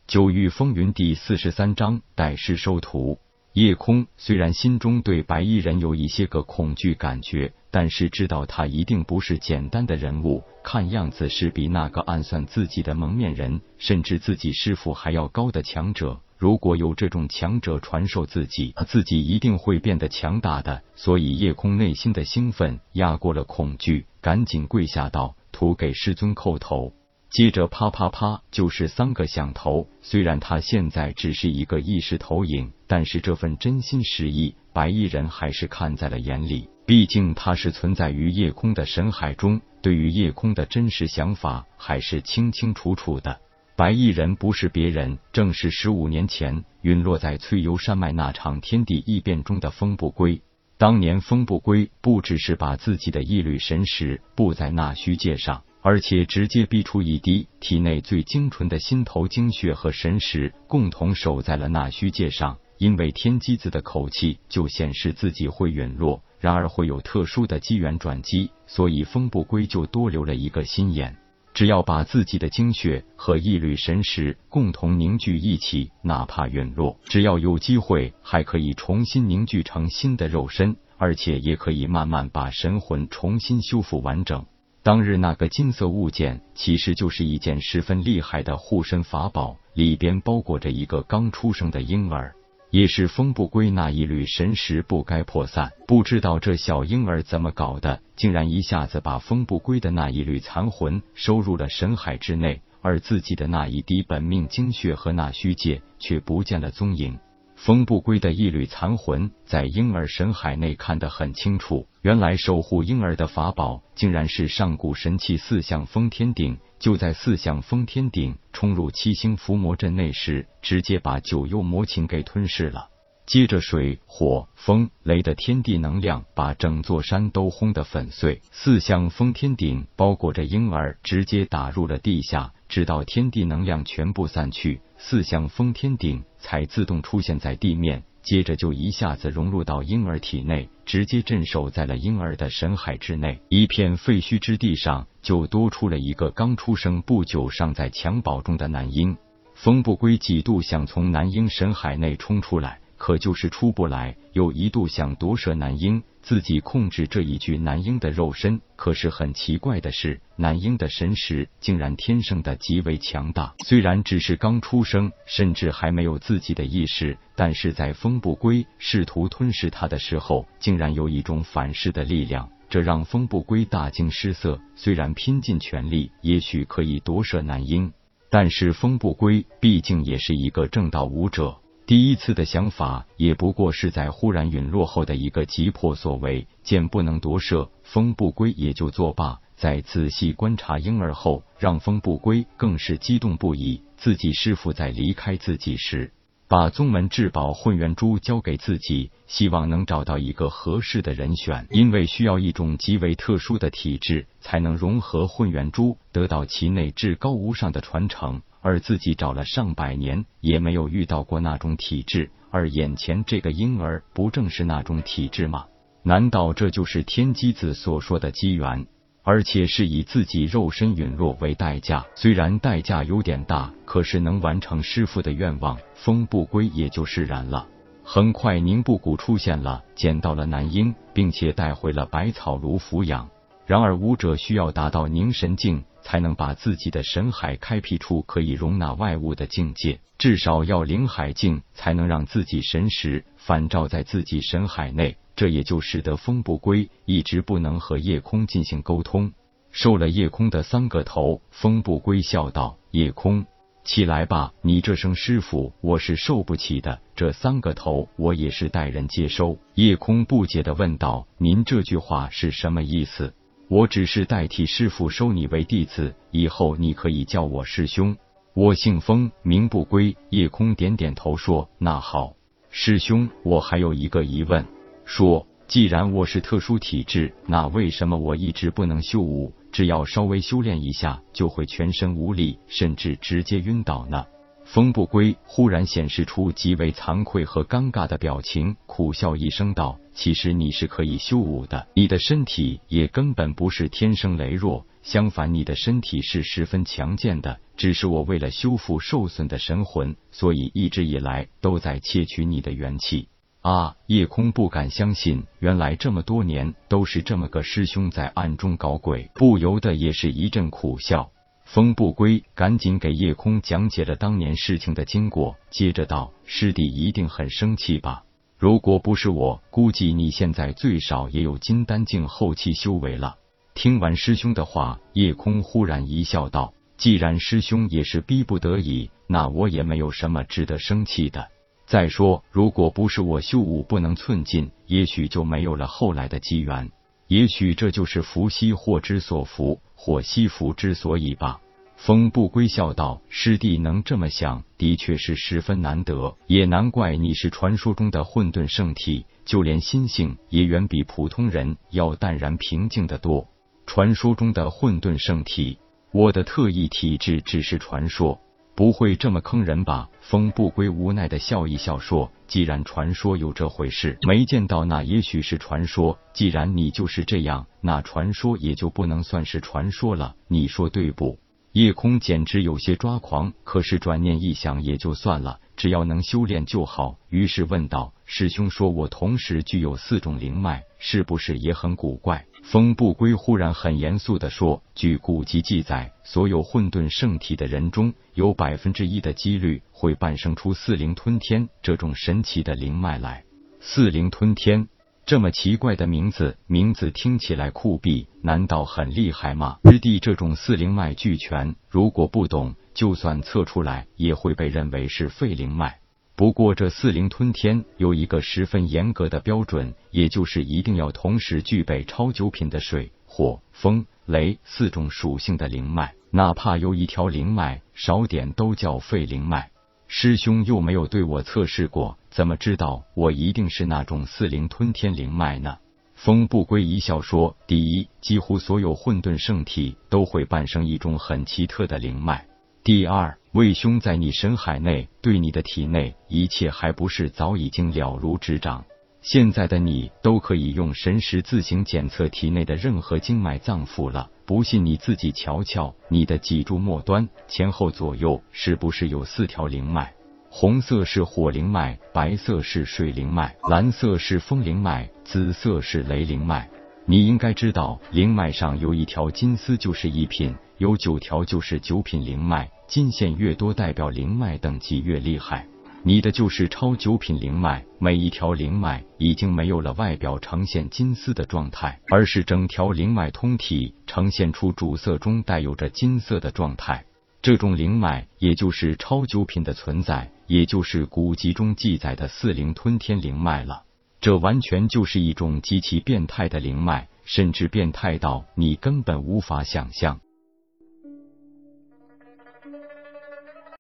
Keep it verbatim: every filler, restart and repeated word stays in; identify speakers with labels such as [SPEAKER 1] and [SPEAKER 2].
[SPEAKER 1] 九域风云第四十三章待师收徒。夜空虽然心中对白衣人有一些个恐惧感觉，但是知道他一定不是简单的人物，看样子是比那个暗算自己的蒙面人，甚至自己师傅还要高的强者。如果有这种强者传授自己，自己一定会变得强大的。所以夜空内心的兴奋压过了恐惧，赶紧跪下道：“徒给师尊叩头。”接着啪啪啪就是三个响头。虽然他现在只是一个意识投影，但是这份真心实意，白衣人还是看在了眼里。毕竟他是存在于夜空的神海中，对于夜空的真实想法还是清清楚楚的。白衣人不是别人，正是十五年前陨落在翠幽山脉那场天地异变中的风不归。当年风不归不只是把自己的一缕神识布在那虚界上，而且直接逼出一滴体内最精纯的心头精血和神识，共同守在了那虚界上。因为天机子的口气就显示自己会陨落，然而会有特殊的机缘转机，所以风不归就多留了一个心眼。只要把自己的精血和一缕神识共同凝聚一起，哪怕陨落，只要有机会，还可以重新凝聚成新的肉身，而且也可以慢慢把神魂重新修复完整。当日那个金色物件其实就是一件十分厉害的护身法宝，里边包裹着一个刚出生的婴儿，也是风不归那一缕神识不该破散。不知道这小婴儿怎么搞的，竟然一下子把风不归的那一缕残魂收入了神海之内，而自己的那一滴本命精血和那虚界却不见了踪影。风不归的一缕残魂在婴儿神海内看得很清楚，原来守护婴儿的法宝竟然是上古神器四象封天鼎。就在四象封天鼎冲入七星伏魔阵内时，直接把九幽魔琴给吞噬了。接着水火风雷的天地能量把整座山都轰得粉碎，四象封天鼎包裹着婴儿直接打入了地下，直到天地能量全部散去，四象封天鼎才自动出现在地面，接着就一下子融入到婴儿体内，直接镇守在了婴儿的神海之内。一片废墟之地上就多出了一个刚出生不久尚在襁褓中的男婴。风不归几度想从男婴神海内冲出来，可就是出不来，又一度想夺舍男婴，自己控制这一具男婴的肉身。可是很奇怪的是，男婴的神识竟然天生的极为强大，虽然只是刚出生，甚至还没有自己的意识，但是在风不归试图吞噬他的时候，竟然有一种反噬的力量，这让风不归大惊失色。虽然拼尽全力也许可以夺舍男婴，但是风不归毕竟也是一个正道武者，第一次的想法也不过是在忽然陨落后的一个急迫所为，见不能夺舍，风不归也就作罢。在仔细观察婴儿后，让风不归更是激动不已。自己师父在离开自己时，把宗门至宝混元珠交给自己，希望能找到一个合适的人选，因为需要一种极为特殊的体质才能融合混元珠，得到其内至高无上的传承。而自己找了上百年也没有遇到过那种体质，而眼前这个婴儿不正是那种体质吗？难道这就是天机子所说的机缘？而且是以自己肉身陨落为代价，虽然代价有点大，可是能完成师父的愿望，风不归也就释然了。很快宁布谷出现了，捡到了男婴，并且带回了百草炉抚养。然而武者需要达到凝神境，才能把自己的神海开辟出可以容纳外物的境界，至少要灵海境才能让自己神识反照在自己神海内。这也就使得风不归一直不能和夜空进行沟通。受了夜空的三个头，风不归笑道：“夜空，起来吧，你这声师傅我是受不起的，这三个头我也是待人接收。”夜空不解地问道：“您这句话是什么意思？”“我只是代替师傅收你为弟子，以后你可以叫我师兄。我姓风，名不归。”夜空点点头说：“那好，师兄，我还有一个疑问。”说：“既然我是特殊体质，那为什么我一直不能修武？只要稍微修炼一下，就会全身无力，甚至直接晕倒呢？”风不归忽然显示出极为惭愧和尴尬的表情，苦笑一声道：“其实你是可以修武的，你的身体也根本不是天生羸弱， 相反，你的身体是十分强健的，只是我为了修复受损的神魂，所以一直以来都在窃取你的元气。啊！夜空不敢相信，原来这么多年都是这么个师兄在暗中搞鬼，不由得也是一阵苦笑。风不归赶紧给夜空讲解了当年事情的经过，接着道：师弟一定很生气吧？如果不是我，估计你现在最少也有金丹境后期修为了。听完师兄的话，夜空忽然一笑道：既然师兄也是逼不得已，那我也没有什么值得生气的。再说，如果不是我修武不能寸进，也许就没有了后来的机缘。也许这就是福兮祸之所伏，祸兮福之所倚吧。风不归笑道：师弟能这么想，的确是十分难得，也难怪你是传说中的混沌圣体，就连心性也远比普通人要淡然平静得多。传说中的混沌圣体，我的特异体质只是传说。不会这么坑人吧？风不归无奈的笑一笑说：既然传说有这回事，没见到那也许是传说，既然你就是这样，那传说也就不能算是传说了，你说对不？夜空简直有些抓狂，可是转念一想也就算了，只要能修炼就好，于是问道：师兄说我同时具有四种灵脉，是不是也很古怪？风不归忽然很严肃地说：据古籍记载，所有混沌圣体的人中，有百分之一的几率会诞生出四灵吞天这种神奇的灵脉来。四灵吞天，这么奇怪的名字，名字听起来酷毙，难道很厉害吗？师弟这种四灵脉俱全，如果不懂，就算测出来也会被认为是废灵脉。不过这四灵吞天有一个十分严格的标准，也就是一定要同时具备超九品的水、火、风、雷四种属性的灵脉，哪怕有一条灵脉少点都叫废灵脉。师兄又没有对我测试过，怎么知道我一定是那种四灵吞天灵脉呢？风不归一笑说：第一，几乎所有混沌圣体都会诞生一种很奇特的灵脉。第二，魏兄在你神海内，对你的体内一切还不是早已经了如指掌。现在的你都可以用神识自行检测体内的任何经脉脏腑了，不信你自己瞧瞧，你的脊柱末端前后左右是不是有四条灵脉？红色是火灵脉，白色是水灵脉，蓝色是风灵脉，紫色是雷灵脉。你应该知道，灵脉上有一条金丝就是一品，有九条就是九品灵脉，金线越多代表灵脉等级越厉害。你的就是超九品灵脉，每一条灵脉已经没有了外表呈现金丝的状态，而是整条灵脉通体呈现出主色中带有着金色的状态。这种灵脉也就是超九品的存在，也就是古籍中记载的四灵吞天灵脉了。这完全就是一种极其变态的灵脉，甚至变态到你根本无法想象。